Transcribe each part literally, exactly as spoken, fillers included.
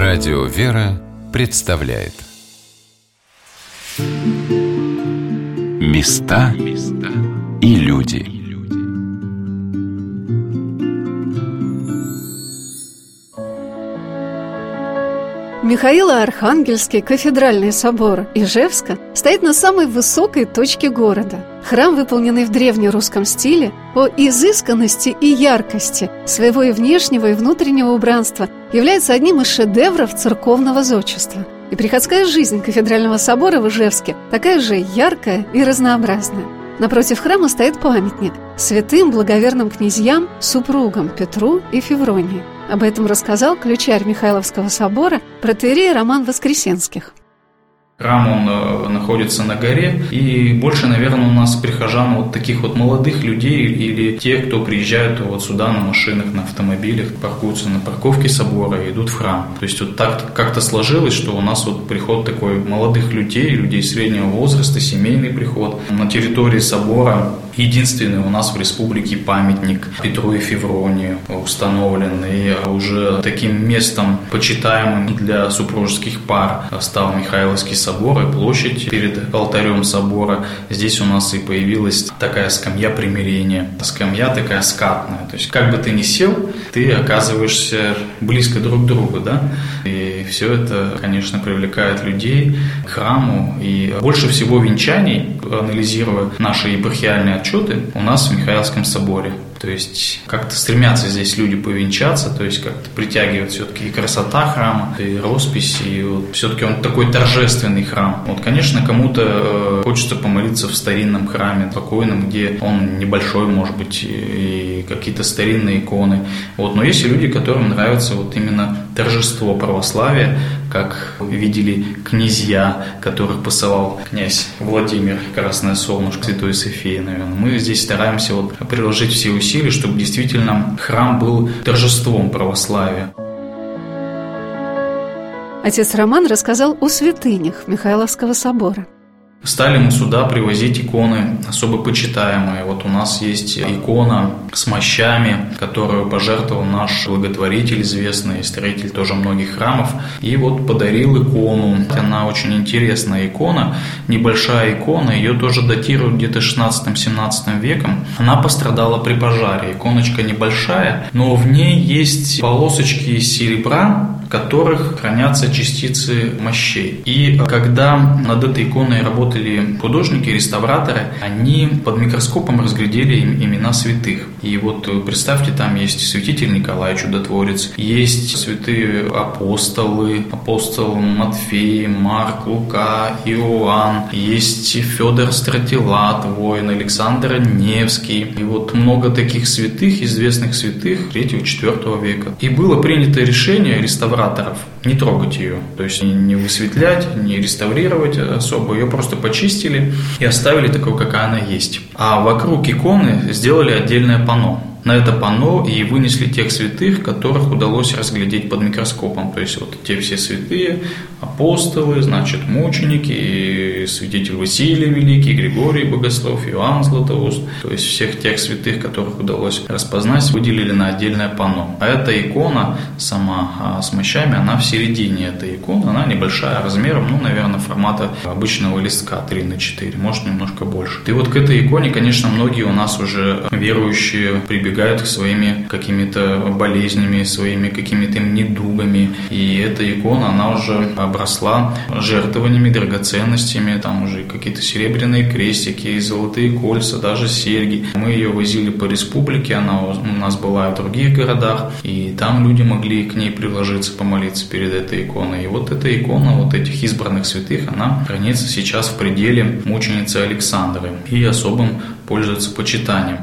Радио «Вера» представляет Места и люди. Михаило-Архангельский кафедральный собор Ижевска стоит на самой высокой точке города. Храм, выполненный в древнерусском стиле, по изысканности и яркости своего и внешнего, и внутреннего убранства является одним из шедевров церковного зодчества. И приходская жизнь кафедрального собора в Ижевске такая же яркая и разнообразная. Напротив храма стоит памятник святым благоверным князьям, супругам Петру и Февронии. Об этом рассказал ключарь Михайловского собора протоиерей Роман Воскресенских. Храм, он находится на горе, и больше, наверное, у нас прихожан вот таких вот молодых людей или тех, кто приезжают вот сюда на машинах, на автомобилях, паркуются на парковке собора и идут в храм. То есть вот так как-то сложилось, что у нас вот приход такой молодых людей, людей среднего возраста, семейный приход. На территории собора единственный у нас в республике памятник Петру и Февронии установлен, и уже таким местом почитаемым для супружеских пар стал Михайловский собор. собора, площадь перед алтарем собора. Здесь у нас и появилась такая скамья примирения. Скамья такая скатная. То есть, как бы ты ни сел, ты оказываешься близко друг к другу, да? И все это, конечно, привлекает людей к храму. И больше всего венчаний, анализируя наши епархиальные отчеты, у нас в Михайловском соборе. То есть как-то стремятся здесь люди повенчаться, то есть как-то притягивает все-таки и красота храма, и роспись, и вот все-таки он такой торжественный храм. Вот, конечно, кому-то хочется помолиться в старинном храме, спокойном, где он небольшой, может быть, и какие-то старинные иконы. Вот. Но есть и люди, которым нравится вот именно торжество православия, как видели князья, которых посылал князь Владимир, Красное Солнышко, Святой Софии, наверное. Мы здесь стараемся вот приложить все усилия, чтобы действительно храм был торжеством православия. Отец Роман рассказал о святынях Михайловского собора. Стали мы сюда привозить иконы особо почитаемые. Вот у нас есть икона с мощами, которую пожертвовал наш благотворитель, известный строитель тоже многих храмов. И вот подарил икону. Она очень интересная икона, небольшая икона, ее тоже датируют где-то шестнадцатым-семнадцатым веком. Она пострадала при пожаре. Иконочка небольшая, но в ней есть полосочки из серебра, в которых хранятся частицы мощей. И когда над этой иконой работали художники, реставраторы, они под микроскопом разглядели имена святых. И вот представьте, там есть святитель Николай Чудотворец, есть святые апостолы, апостол Матфей, Марк, Лука, Иоанн, есть Федор Стратилат, воин, Александр Невский. И вот много таких святых, известных святых третьего-четвёртого века. И было принято решение реставраторов не трогать ее, то есть не высветлять, не реставрировать особо, ее просто почистили и оставили такой, какая она есть. А вокруг иконы сделали отдельное панно. На это панно и вынесли тех святых, которых удалось разглядеть под микроскопом. То есть вот те все святые, апостолы, значит, мученики, и святитель Василий Великий, Григорий Богослов, Иоанн Златоуст. То есть всех тех святых, которых удалось распознать, выделили на отдельное панно. А эта икона сама с мощами, она в середине этой иконы, она небольшая размером, ну, наверное, формата обычного листка три на четыре, может, немножко больше. И вот к этой иконе, конечно, многие у нас уже верующие прибегают к своими какими-то болезнями, своими какими-то недугами. И эта икона, она уже обросла жертвованиями, драгоценностями, там уже какие-то серебряные крестики, золотые кольца, даже серьги. Мы ее возили по республике, она у нас была и в других городах, и там люди могли к ней приложиться, помолиться перед этой иконой. И вот эта икона вот этих избранных святых, она хранится сейчас в пределе мученицы Александры и особым пользуется почитанием.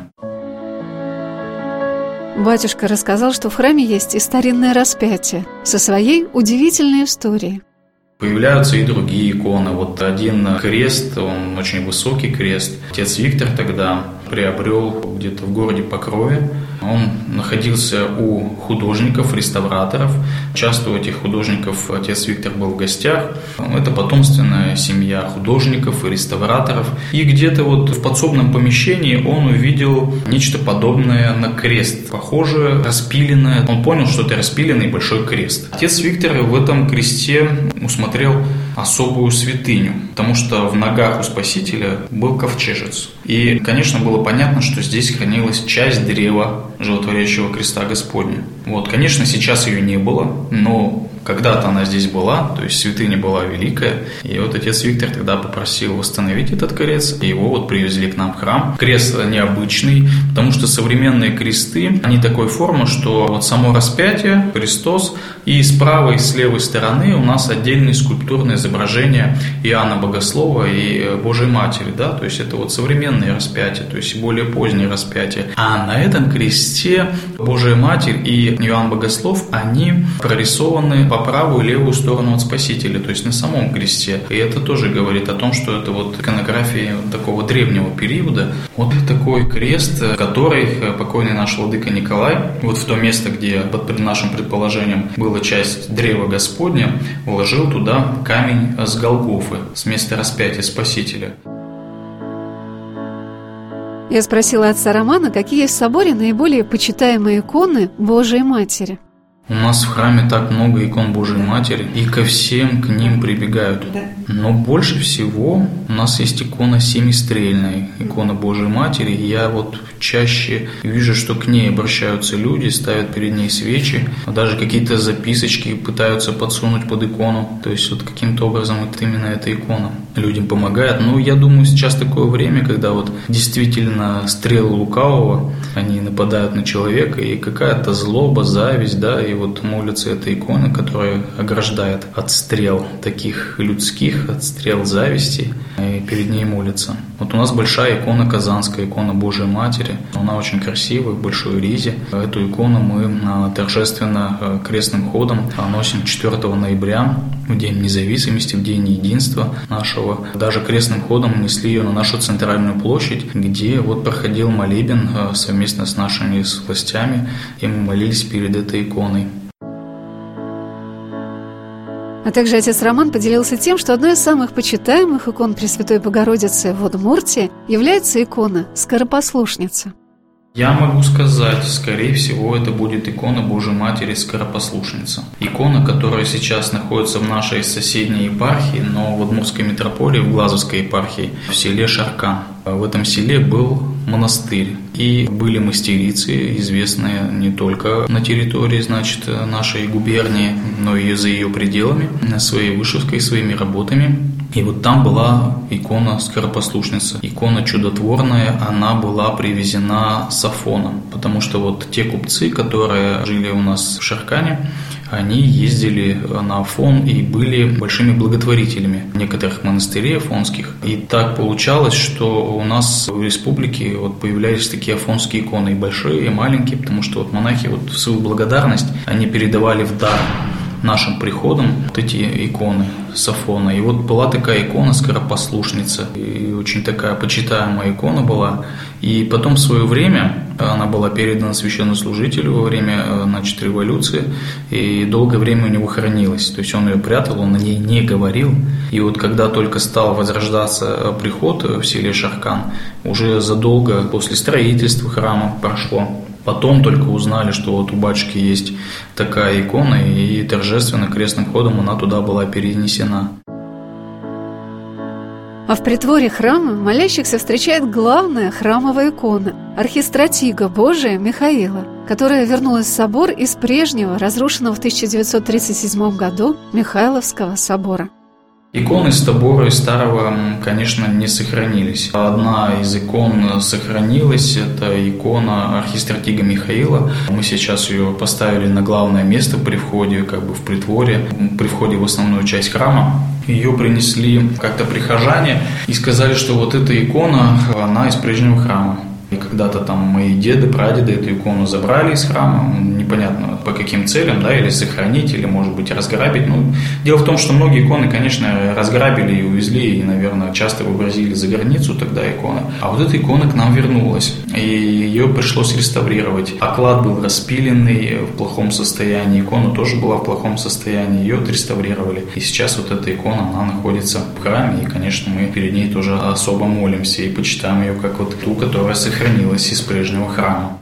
Батюшка рассказал, что в храме есть и старинное распятие со своей удивительной историей. Появляются и другие иконы. Вот один крест, он очень высокий крест. Отец Виктор тогда приобрел где-то в городе Покрове. Он находился у художников, реставраторов. Часто у этих художников отец Виктор был в гостях. Это потомственная семья художников и реставраторов. И где-то вот в подсобном помещении он увидел нечто подобное на крест. Похоже, распиленное. Он понял, что это распиленный большой крест. Отец Виктор в этом кресте усмотрел особую святыню, потому что в ногах у Спасителя был ковчежец. И, конечно, было понятно, что здесь хранилась часть древа животворящего креста Господня. Вот, конечно, сейчас ее не было, но когда-то она здесь была, то есть святыня была великая. И вот отец Виктор тогда попросил восстановить этот крест, и его вот привезли к нам в храм. Крест необычный, потому что современные кресты, они такой формы, что вот само распятие, Христос, и с правой и с левой стороны у нас отдельные скульптурные изображения Иоанна Богослова и Божией Матери, да, то есть это вот современные распятия, то есть более поздние распятия. А на этом кресте Божия Матерь и Иоанн Богослов, они прорисованы по правую и левую сторону от Спасителя, то есть на самом кресте. И это тоже говорит о том, что это вот иконография такого древнего периода. Вот такой крест, который покойный наш владыка Николай, вот в то место, где под нашим предположением была часть древа Господня, вложил туда камень с Голгофы, с места распятия Спасителя. Я спросила отца Романа, какие есть в соборе наиболее почитаемые иконы Божией Матери. У нас в храме так много икон Божией Матери, и ко всем к ним прибегают. Да. Но больше всего у нас есть икона семистрельная, икона Божией Матери. Я вот чаще вижу, что к ней обращаются люди, ставят перед ней свечи, даже какие-то записочки пытаются подсунуть под икону. То есть вот каким-то образом вот именно эта икона людям помогает. Но я думаю, сейчас такое время, когда вот действительно стрелы лукавого, они нападают на человека, и какая-то злоба, зависть, да, и вот молятся этой иконы, которая ограждает от стрел таких людских, от стрел зависти, и перед ней молятся. Вот у нас большая икона Казанская, икона Божией Матери. Она очень красивая, в большой ризе. Эту икону мы торжественно крестным ходом носим четвёртого ноября, в День независимости, в День единства нашего. Даже крестным ходом несли ее на нашу центральную площадь, где вот проходил молебен совместно с нашими властями, и мы молились перед этой иконой. А также отец Роман поделился тем, что одной из самых почитаемых икон Пресвятой Богородицы в Удмуртии является икона Скоропослушница. Я могу сказать, скорее всего, это будет икона Божией Матери Скоропослушница. Икона, которая сейчас находится в нашей соседней епархии, но в Удмуртской митрополии, в Глазовской епархии, в селе Шаркан. В этом селе был монастырь, и были мастерицы, известные не только на территории, значит, нашей губернии, но и за ее пределами, своей вышивкой, своими работами. И вот там была икона Скоропослушницы. Икона чудотворная, она была привезена с Афона, потому что вот те купцы, которые жили у нас в Шаркане, они ездили на Афон и были большими благотворителями некоторых монастырей афонских. И так получалось, что у нас в республике вот появлялись такие афонские иконы, и большие, и маленькие, потому что вот монахи вот в свою благодарность они передавали в дар нашим приходом вот эти иконы с Афона. И вот была такая икона Скоропослушница, и очень такая почитаемая икона была. И потом в свое время она была передана священнослужителю во время, значит, революции, и долгое время у него хранилась. То есть он ее прятал, он о ней не говорил. И вот когда только стал возрождаться приход в селе Шаркан, уже задолго после строительства храма прошло, потом только узнали, что вот у батюшки есть такая икона, и торжественно крестным ходом она туда была перенесена. А в притворе храма молящихся встречает главная храмовая икона – архистратига Божия Михаила, которая вернулась в собор из прежнего, разрушенного в тысяча девятьсот тридцать седьмом году Михайловского собора. Иконы с собора старого, конечно, не сохранились. Одна из икон сохранилась, это икона архистратига Михаила. Мы сейчас ее поставили на главное место при входе, как бы в притворе, при входе в основную часть храма. Ее принесли как-то прихожане и сказали, что вот эта икона, она из прежнего храма. И когда-то там мои деды, прадеды эту икону забрали из храма, непонятно по каким целям, да, или сохранить, или, может быть, разграбить. Ну, дело в том, что многие иконы, конечно, разграбили и увезли, и, наверное, часто вывозили за границу тогда иконы. А вот эта икона к нам вернулась, и ее пришлось реставрировать. Оклад был распиленный, в плохом состоянии, икона тоже была в плохом состоянии, ее отреставрировали. И сейчас вот эта икона, она находится в храме, и, конечно, мы перед ней тоже особо молимся и почитаем ее как вот ту, которая сохранилась из прежнего храма.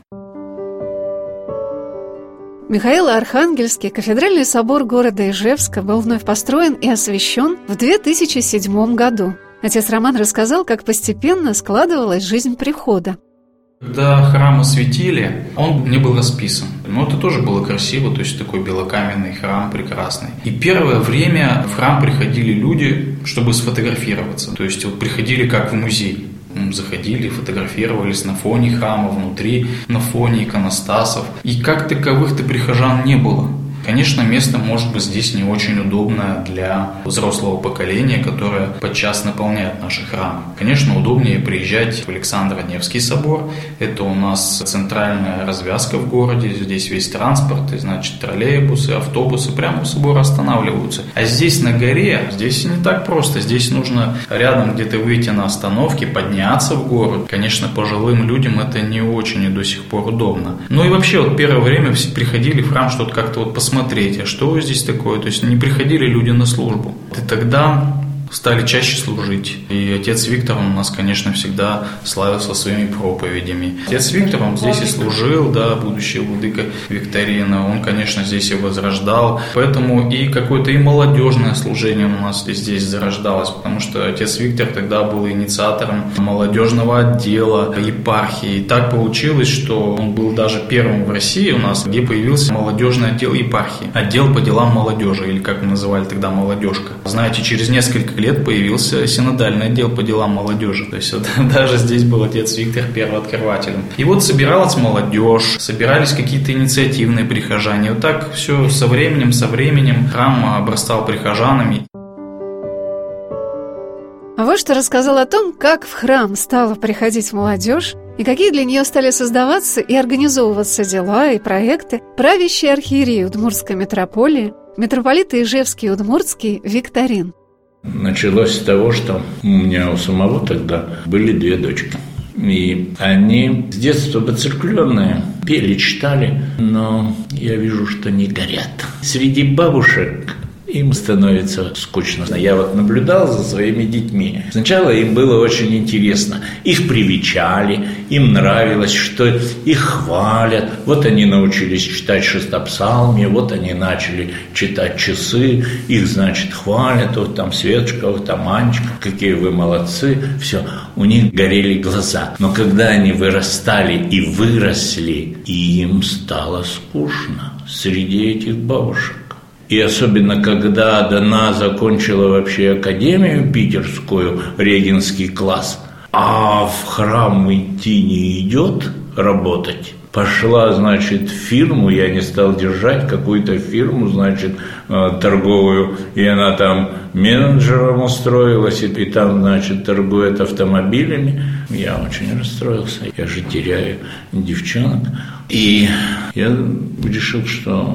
Михаило-Архангельский кафедральный собор города Ижевска был вновь построен и освящен в две тысячи седьмом году. Отец Роман рассказал, как постепенно складывалась жизнь прихода. Когда храм осветили, он не был расписан. Но это тоже было красиво, то есть такой белокаменный храм прекрасный. И первое время в храм приходили люди, чтобы сфотографироваться. То есть вот приходили как в музей. Заходили, фотографировались на фоне храма, внутри, на фоне иконостасов. И как таковых-то прихожан не было. Конечно, место может быть здесь не очень удобное для взрослого поколения, которое подчас наполняет наши храмы. Конечно, удобнее приезжать в Александро-Невский собор. Это у нас центральная развязка в городе. Здесь весь транспорт, и, значит, троллейбусы, автобусы прямо у собора останавливаются. А здесь на горе, здесь не так просто. Здесь нужно рядом где-то выйти на остановке, подняться в гору. Конечно, пожилым людям это не очень и до сих пор удобно. Ну и вообще, вот первое время все приходили в храм что-то как-то вот посмотреть. Смотреть, а что здесь такое? То есть не приходили люди на службу. И тогда стали чаще служить. И отец Виктор, он у нас, конечно, всегда славился своими проповедями. Отец Виктор, он здесь и служил, да, будущий владыка Викторина. Он, конечно, здесь и возрождал. Поэтому и какое-то и молодежное служение у нас здесь зарождалось, потому что отец Виктор тогда был инициатором молодежного отдела епархии. И так получилось, что он был даже первым в России у нас, где появился молодежный отдел епархии. Отдел по делам молодежи, или как мы называли тогда молодежка. Знаете, через несколько лет появился синодальный отдел по делам молодежи. То есть вот, даже здесь был отец Виктор первооткрывателем. И вот собиралась молодежь, собирались какие-то инициативные прихожане. Вот так все со временем, со временем храм обрастал прихожанами. А вот что рассказал о том, как в храм стала приходить молодежь и какие для нее стали создаваться и организовываться дела и проекты правящий архиерей Удмуртской митрополии, митрополит Ижевский и Удмуртский Викторин. Началось с того, что у меня у самого тогда были две дочки. И они с детства поцерквленные, пели, читали, но я вижу, что не горят. Среди бабушек им становится скучно. Я вот наблюдал за своими детьми. Сначала им было очень интересно. Их привечали, им нравилось, что их хвалят. Вот они научились читать шестопсалмие, вот они начали читать часы. Их, значит, хвалят. Вот там Светочка, вот там Анечка, какие вы молодцы. Все, у них горели глаза. Но когда они вырастали и выросли, им стало скучно среди этих бабушек. И особенно, когда Дана закончила вообще академию питерскую, регенский класс, а в храм идти не идет работать. Пошла, значит, в фирму, я не стал держать какую-то фирму, значит, торговую, и она там менеджером устроилась, и там, значит, торгует автомобилями. Я очень расстроился, я же теряю девчонок. И я решил, что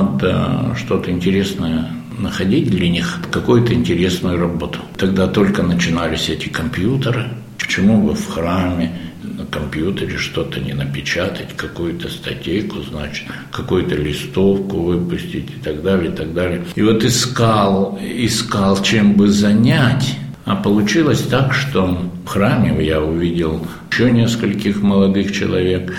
надо что-то интересное находить для них, какую-то интересную работу. Тогда только начинались эти компьютеры. Почему бы в храме на компьютере что-то не напечатать, какую-то статейку, значит, какую-то листовку выпустить и так далее, и так далее. И вот искал, искал, чем бы занять. А получилось так, что в храме я увидел еще нескольких молодых человек,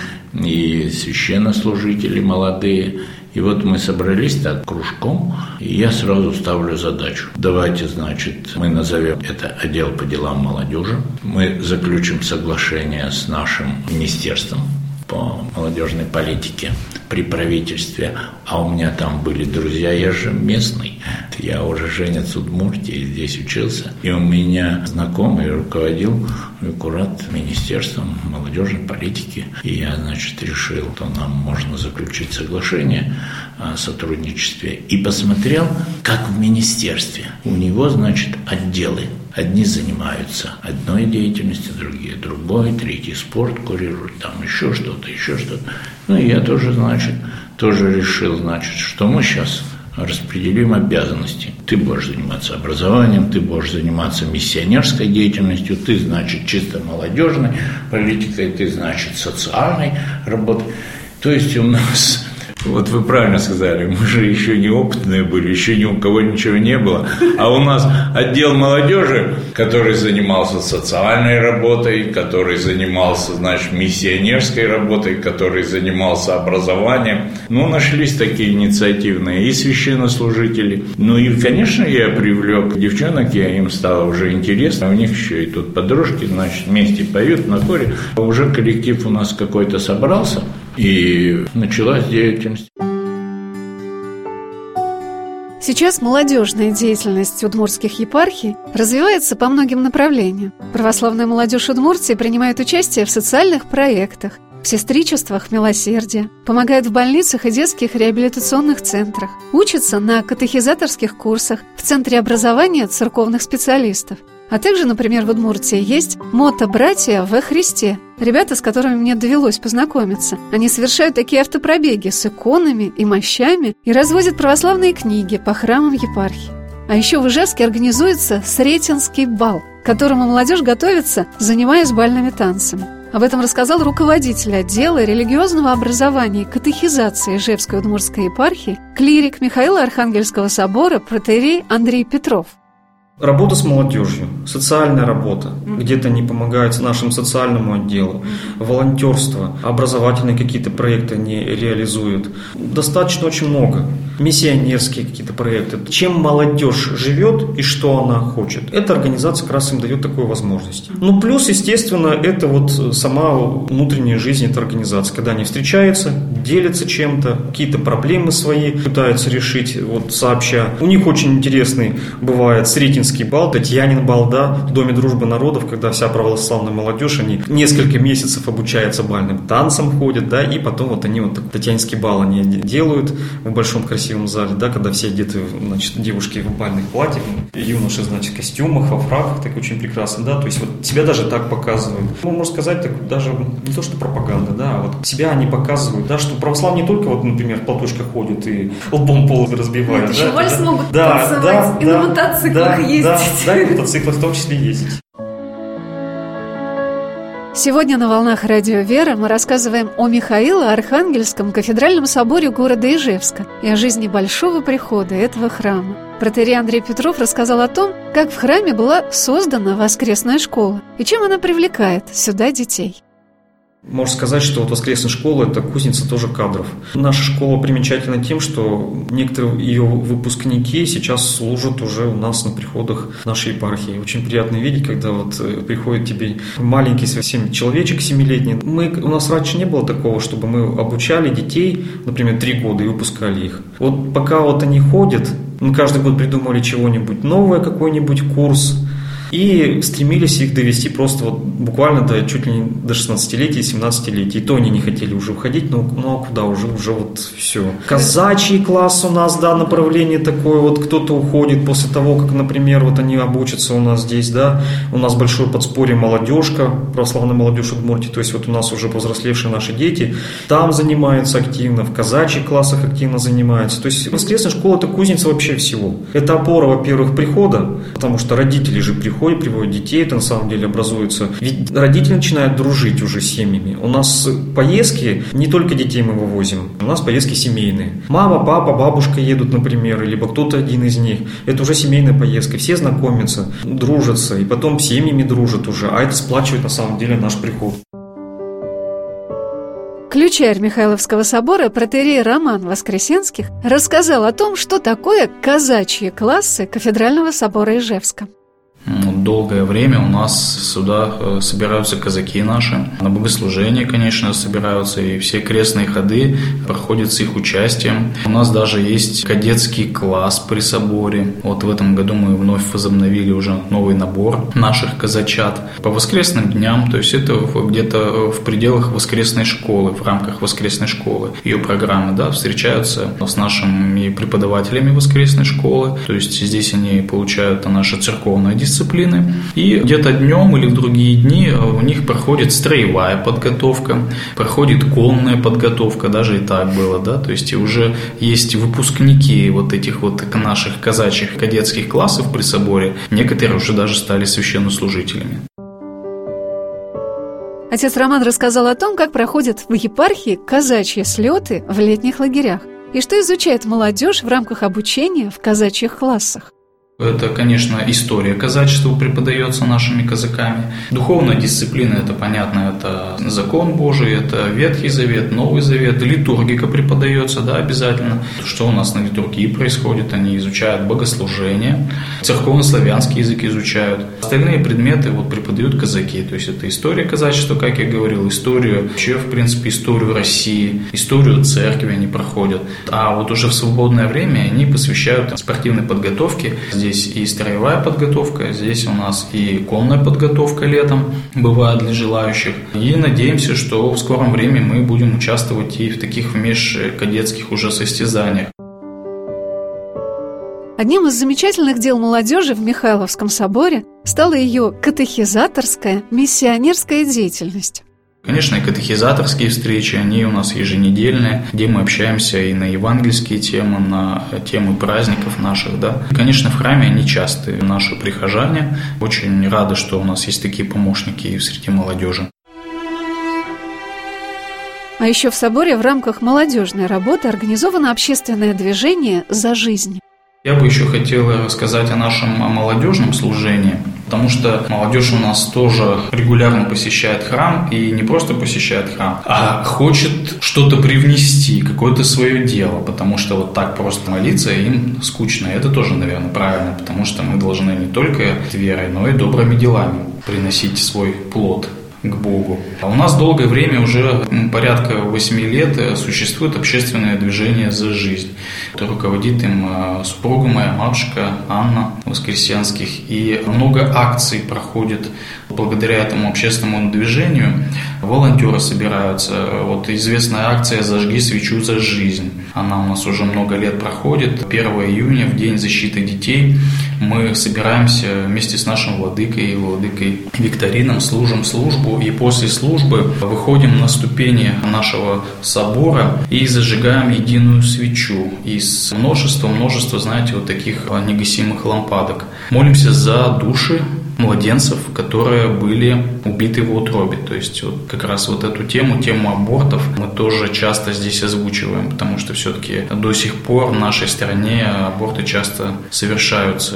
и священнослужители молодые. И вот мы собрались так кружком, и я сразу ставлю задачу. Давайте, значит, мы назовем это отдел по делам молодежи. Мы заключим соглашение с нашим министерством по молодежной политике при правительстве. А у меня там были друзья, я же местный. Я уроженец Удмуртии, здесь учился. И у меня знакомый руководил аккурат министерством молодежной политики. И я, значит, решил, что нам можно заключить соглашение о сотрудничестве. И посмотрел, как в министерстве. У него, значит, отделы. Одни занимаются одной деятельностью, другие другой, третий спорт курируют, там еще что-то, еще что-то. Ну и я тоже, значит, тоже решил, значит, что мы сейчас распределим обязанности. Ты будешь заниматься образованием, ты будешь заниматься миссионерской деятельностью, ты, значит, чисто молодежной политикой, ты, значит, социальной работой. То есть у нас... Вот вы правильно сказали, мы же еще неопытные были, еще ни у кого ничего не было. А у нас отдел молодежи, который занимался социальной работой, который занимался, значит, миссионерской работой, который занимался образованием. Ну, нашлись такие инициативные и священнослужители. Ну и, конечно, я привлек девчонок, я им стало уже интересно. У них еще и тут подружки, значит, вместе поют на хоре. Уже коллектив у нас какой-то собрался. И началась деятельность. Сейчас молодежная деятельность удмуртских епархий развивается по многим направлениям. Православная молодежь Удмуртии принимает участие в социальных проектах, в сестричествах милосердия, помогает в больницах и детских реабилитационных центрах, учится на катехизаторских курсах в Центре образования церковных специалистов. А также, например, в Удмуртии есть мото-братья во Христе. Ребята, с которыми мне довелось познакомиться. Они совершают такие автопробеги с иконами и мощами и развозят православные книги по храмам епархии. А еще в Ижевске организуется Сретенский бал, к которому молодежь готовится, занимаясь бальными танцами. Об этом рассказал руководитель отдела религиозного образования и катехизации Ижевской удмуртской епархии, клирик Михаила Архангельского собора протоиерей Андрей Петров. Работа с молодежью, социальная работа, где-то они помогают нашему социальному отделу, волонтерство, образовательные какие-то проекты они реализуют. Достаточно очень много. Миссионерские какие-то проекты. Чем молодежь живет и что она хочет, эта организация как раз им дает такую возможность. Ну, плюс, естественно, это вот сама внутренняя жизнь этой организации, когда они встречаются, делятся чем-то, какие-то проблемы свои пытаются решить, вот сообща. У них очень интересный бывает Сретенский бал, Татьянин бал, да, в Доме дружбы народов, когда вся православная молодежь, они несколько месяцев обучаются бальным танцам, ходят, да, и потом вот они вот Татьянинский бал они делают в большом красивом зале, да, когда все одеты, значит, девушки в бальных платьях, юноши, значит, в костюмах, во фраках, так очень прекрасно, да, то есть вот себя даже так показывают. Ну, можно сказать, так даже не то, что пропаганда, да, а вот себя они показывают, да, что православные не только вот, например, в платочках ходят и лбом пол разбивают, нет, да, еще вальс да, могут да, танцевать, да, и да, на мотоциклах да, ездить. Да, да, и на мотоциклах в том числе ездить. Сегодня на «Волнах Радио Вера» мы рассказываем о Михаило-Архангельском кафедральном соборе города Ижевска и о жизни большого прихода этого храма. Протоиерей Андрей Петров рассказал о том, как в храме была создана воскресная школа и чем она привлекает сюда детей. Можно сказать, что вот воскресная школа – это кузница тоже кадров. Наша школа примечательна тем, что некоторые ее выпускники сейчас служат уже у нас на приходах нашей епархии. Очень приятно видеть, когда вот приходит тебе маленький совсем человечек семилетний. Мы, у нас раньше не было такого, чтобы мы обучали детей, например, три года и выпускали их. Вот пока вот они ходят, мы каждый год придумывали чего-нибудь новое, какой-нибудь курс, и стремились их довести просто вот буквально до чуть ли не до шестнадцатилетия, семнадцатилетия. И то они не хотели уже уходить, но ну а куда уже, уже вот все. Казачий класс у нас, да, направление такое, вот кто-то уходит после того, как, например, вот они обучатся у нас здесь, да. У нас большое подспорье молодежка, православная молодежь Удмуртии, то есть вот у нас уже повзрослевшие наши дети там занимаются активно, в казачьих классах активно занимаются. То есть воскресная школа – это кузница вообще всего. Это опора, во-первых, прихода, потому что родители же приходят, приводят детей, это на самом деле образуется. Ведь родители начинают дружить уже с семьями. У нас поездки, не только детей мы вывозим, у нас поездки семейные. Мама, папа, бабушка едут, например, либо кто-то один из них. Это уже семейная поездка. Все знакомятся, дружатся, и потом с семьями дружат уже. А это сплачивает на самом деле наш приход. Ключарь Михайловского собора протоиерей Роман Воскресенских рассказал о том, что такое казачьи классы кафедрального собора Ижевска. Долгое время у нас сюда собираются казаки наши, на богослужение, конечно, собираются, и все крестные ходы проходят с их участием. У нас даже есть кадетский класс при соборе. Вот в этом году мы вновь возобновили уже новый набор наших казачат. По воскресным дням, то есть это где-то в пределах воскресной школы, в рамках воскресной школы, ее программы, да, встречаются с нашими преподавателями воскресной школы. То есть здесь они получают нашу церковную дисциплину, дисциплины. И где-то днем или в другие дни у них проходит строевая подготовка, проходит конная подготовка, даже и так было, да, то есть уже есть выпускники вот этих вот наших казачьих кадетских классов при соборе, некоторые уже даже стали священнослужителями. Отец Роман рассказал о том, как проходят в епархии казачьи слеты в летних лагерях и что изучает молодежь в рамках обучения в казачьих классах. Это, конечно, история казачества преподается нашими казаками. Духовная дисциплина, это понятно, это закон Божий, это Ветхий Завет, Новый Завет, литургика преподается, да, обязательно. Что у нас на литургии происходит? Они изучают богослужение, церковно-славянский язык изучают. Остальные предметы вот преподают казаки, то есть это история казачества, как я говорил, историю, вообще, в принципе, историю России, историю церкви они проходят. А вот уже в свободное время они посвящают спортивной подготовке. Здесь и строевая подготовка, здесь у нас и конная подготовка летом бывает для желающих. И надеемся, что в скором времени мы будем участвовать и в таких межкадетских уже состязаниях. Одним из замечательных дел молодежи в Михайловском соборе стала ее катехизаторская, миссионерская деятельность. Конечно, и катехизаторские встречи, они у нас еженедельные, где мы общаемся и на евангельские темы, на темы праздников наших, да. И, конечно, в храме они частые, наши прихожане. Очень рады, что у нас есть такие помощники и среди молодежи. А еще в соборе в рамках молодежной работы организовано общественное движение «За жизнь». Я бы еще хотел рассказать о нашем молодежном служении, потому что молодежь у нас тоже регулярно посещает храм, и не просто посещает храм, а хочет что-то привнести, какое-то свое дело, потому что вот так просто молиться им скучно. И это тоже, наверное, правильно, потому что мы должны не только верой, но и добрыми делами приносить свой плод к Богу. А у нас долгое время, уже порядка восьми лет, существует общественное движение «За жизнь». Это руководит им супруга моя, матушка Анна Воскресенских. И много акций проходит благодаря этому общественному движению. Волонтеры собираются. Вот известная акция «Зажги свечу за жизнь». Она у нас уже много лет проходит. первого июня, в День защиты детей, мы собираемся вместе с нашим владыкой, владыкой Викторином, служим службу. И после службы выходим на ступени нашего собора и зажигаем единую свечу из множества, множества, знаете, вот таких негасимых лампадок. Молимся за души младенцев, которые были убиты в утробе. То есть вот как раз вот эту тему, тему абортов мы тоже часто здесь озвучиваем, потому что все-таки до сих пор в нашей стране аборты часто совершаются.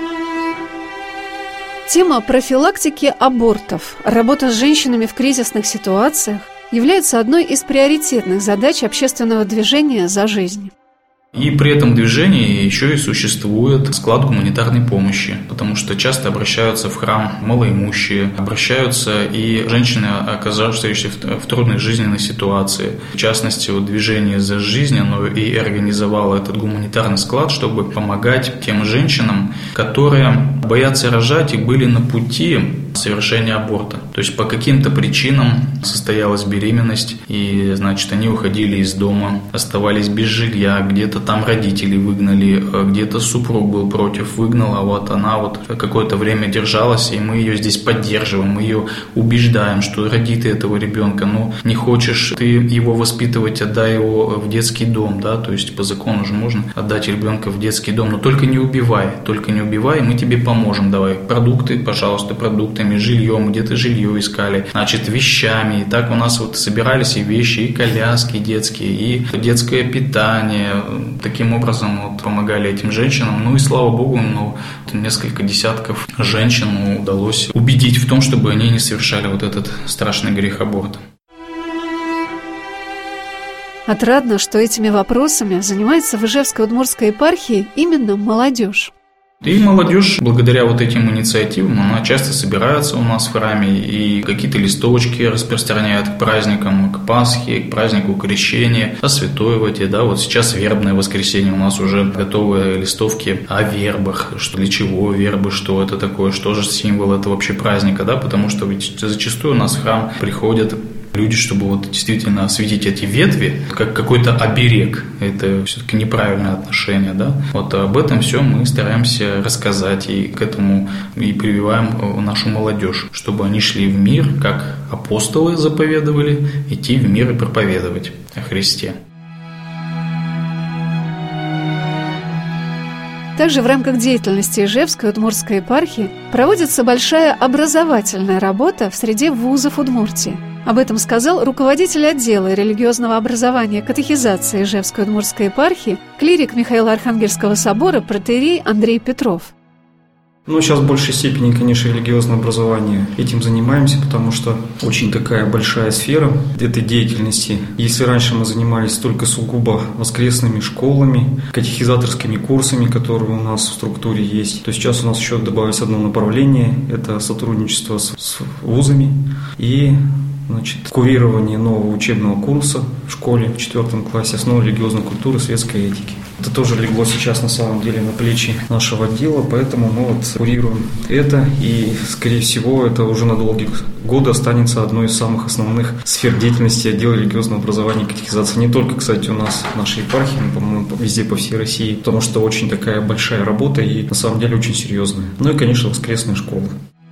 Тема профилактики абортов, работа с женщинами в кризисных ситуациях является одной из приоритетных задач общественного движения «За жизнь». И при этом движении еще и существует склад гуманитарной помощи, потому что часто обращаются в храм малоимущие, обращаются и женщины, оказавшиеся в трудной жизненной ситуации. В частности, вот движение «За жизнь» оно и организовало этот гуманитарный склад, чтобы помогать тем женщинам, которые боятся рожать и были на пути совершения аборта. То есть по каким-то причинам состоялась беременность, и, значит, они уходили из дома, оставались без жилья, где-то там родители выгнали, где-то супруг был против, выгнал, а вот она вот какое-то время держалась, и мы ее здесь поддерживаем, мы ее убеждаем, что роди ты этого ребенка, ну не хочешь ты его воспитывать, отдай его в детский дом, да, то есть по закону же можно отдать ребенка в детский дом, но только не убивай, только не убивай, мы тебе поможем, давай продукты, пожалуйста, продуктами, жильем, где-то жилье искали, значит, вещами, и так у нас вот собирались и вещи, и коляски детские, и детское питание. Таким образом вот помогали этим женщинам. Ну и слава богу, ну, несколько десятков женщин удалось убедить в том, чтобы они не совершали вот этот страшный грех аборта. Отрадно, что этими вопросами занимается в Ижевской Удмуртской епархии именно молодежь. И молодежь, благодаря вот этим инициативам, она часто собирается у нас в храме и какие-то листовочки распространяет к праздникам, к Пасхе, к празднику Крещения, о Святой Воде, да, вот сейчас вербное воскресенье, у нас уже готовые листовки о вербах, что для чего вербы, что это такое, что же символ этого вообще праздника, да, потому что ведь зачастую у нас в храм приходят люди, чтобы вот действительно осветить эти ветви, как какой-то оберег. Это все-таки неправильное отношение, да? Вот об этом все мы стараемся рассказать и к этому и прививаем нашу молодежь, чтобы они шли в мир, как апостолы заповедовали, идти в мир и проповедовать о Христе. Также в рамках деятельности Ижевской удмуртской епархии проводится большая образовательная работа в среде вузов Удмуртии. Об этом сказал руководитель отдела религиозного образования и катехизации Ижевской удмуртской епархии, клирик Михаило-Архангельского собора протоиерей Андрей Петров. Ну, сейчас в большей степени, конечно, религиозное образование этим занимаемся, потому что очень такая большая сфера этой деятельности. Если раньше мы занимались только сугубо воскресными школами, катехизаторскими курсами, которые у нас в структуре есть, то сейчас у нас еще добавилось одно направление – это сотрудничество с, с вузами и значит, курирование нового учебного курса в школе в четвертом классе «Основы религиозной культуры и светской этики». Это тоже легло сейчас на самом деле на плечи нашего отдела, поэтому мы вот курируем это, и, скорее всего, это уже на долгие годы останется одной из самых основных сфер деятельности отдела религиозного образования и катехизации. Не только, кстати, у нас в нашей епархии, но, по-моему, везде по всей России, потому что очень такая большая работа и, на самом деле, очень серьезная. Ну и, конечно, воскресная школа.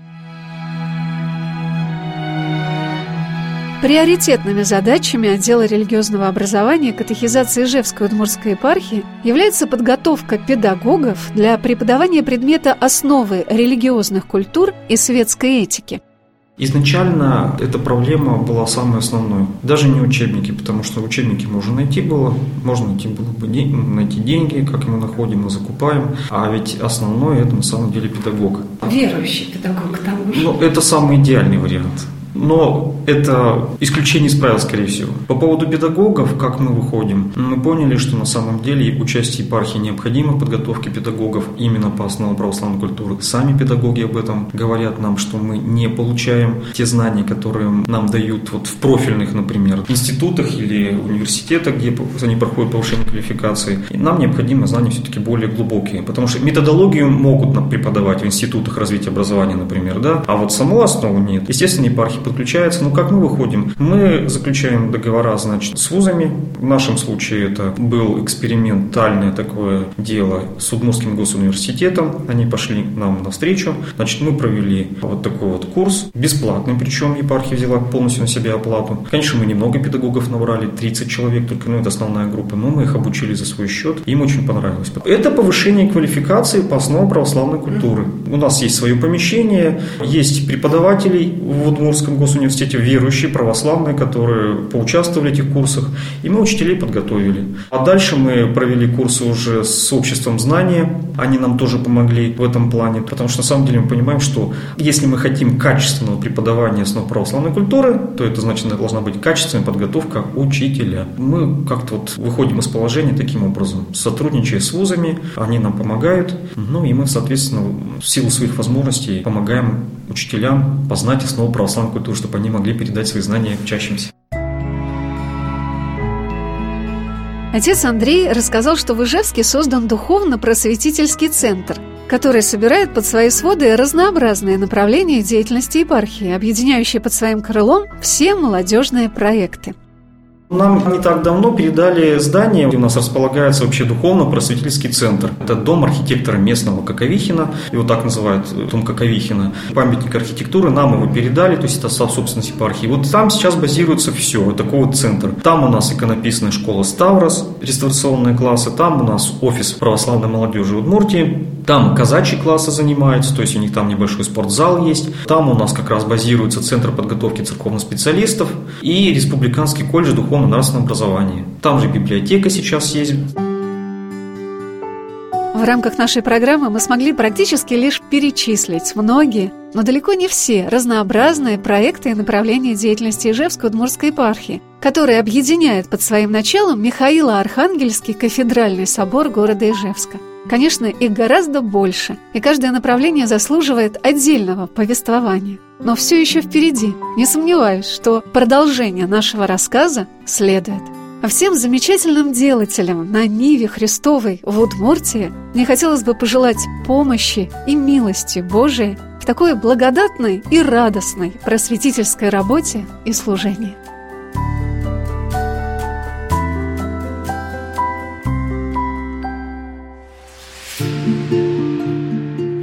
Приоритетными задачами отдела религиозного образования и катехизации Ижевской удмуртской епархии является подготовка педагогов для преподавания предмета основы религиозных культур и светской этики. Изначально эта проблема была самой основной. Даже не учебники, потому что учебники можно найти было, можно найти было бы день, найти деньги, как мы находим, мы закупаем. А ведь основное это на самом деле педагог. Верующий педагог к тому же. Ну, это самый идеальный вариант. Но это исключение из правил, скорее всего. По поводу педагогов, как мы выходим, мы поняли, что на самом деле участие епархии необходимо в подготовке педагогов именно по основам православной культуры. Сами педагоги об этом говорят нам, что мы не получаем те знания, которые нам дают вот в профильных, например, институтах или университетах, где они проходят повышение квалификации. И нам необходимо знания все-таки более глубокие, потому что методологию могут нам преподавать в институтах развития образования, например, да, а вот саму основу нет. Естественно, епархия подключается. Но как мы выходим? Мы заключаем договора, значит, с вузами. В нашем случае это был экспериментальное такое дело с Удмуртским госуниверситетом. Они пошли нам навстречу. Значит, мы провели вот такой вот курс, бесплатный, причем епархия взяла полностью на себя оплату. Конечно, мы немного педагогов набрали, тридцать человек, только ну, это основная группа, но мы их обучили за свой счет, им очень понравилось. Это повышение квалификации по основам православной культуры. У нас есть свое помещение, есть преподаватели в Удмуртском госуниверситете, верующие, православные, которые поучаствовали в этих курсах, и мы учителей подготовили. А дальше мы провели курсы уже с обществом знания, они нам тоже помогли в этом плане, потому что на самом деле мы понимаем, что если мы хотим качественного преподавания основ православной культуры, то это значит, должна быть качественная подготовка учителя. Мы как-то вот выходим из положения таким образом, сотрудничая с вузами, они нам помогают, ну и мы, соответственно, в силу своих возможностей помогаем учителям познать основу православной культуры, чтобы они могли передать свои знания учащимся. Отец Андрей рассказал, что в Ижевске создан духовно-просветительский центр, который собирает под свои своды разнообразные направления деятельности епархии, объединяющие под своим крылом все молодежные проекты. Нам не так давно передали здание, где у нас располагается вообще духовно-просветительский центр. Это дом архитектора местного Каковихина, его так называют, дом Каковихина. Памятник архитектуры, нам его передали, то есть это собственность епархии. Вот там сейчас базируется все, вот такой вот центр. Там у нас иконописная школа Ставрос, реставрационные классы, там у нас офис православной молодежи Удмуртии, там казачьи классы занимаются, то есть у них там небольшой спортзал есть. Там у нас как раз базируется центр подготовки церковных специалистов и республиканский колледж духовного нравственного образования. Там же библиотека сейчас есть. В рамках нашей программы мы смогли практически лишь перечислить многие, но далеко не все разнообразные проекты и направления деятельности Ижевской удмуртской епархии, которые объединяет под своим началом Михаило-Архангельский кафедральный собор города Ижевска. Конечно, их гораздо больше, и каждое направление заслуживает отдельного повествования. Но все еще впереди. Не сомневаюсь, что продолжение нашего рассказа следует. А всем замечательным делателям на Ниве Христовой в Удмуртии мне хотелось бы пожелать помощи и милости Божией в такой благодатной и радостной просветительской работе и служении.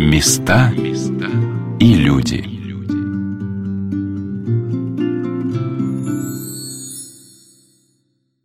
Места и люди.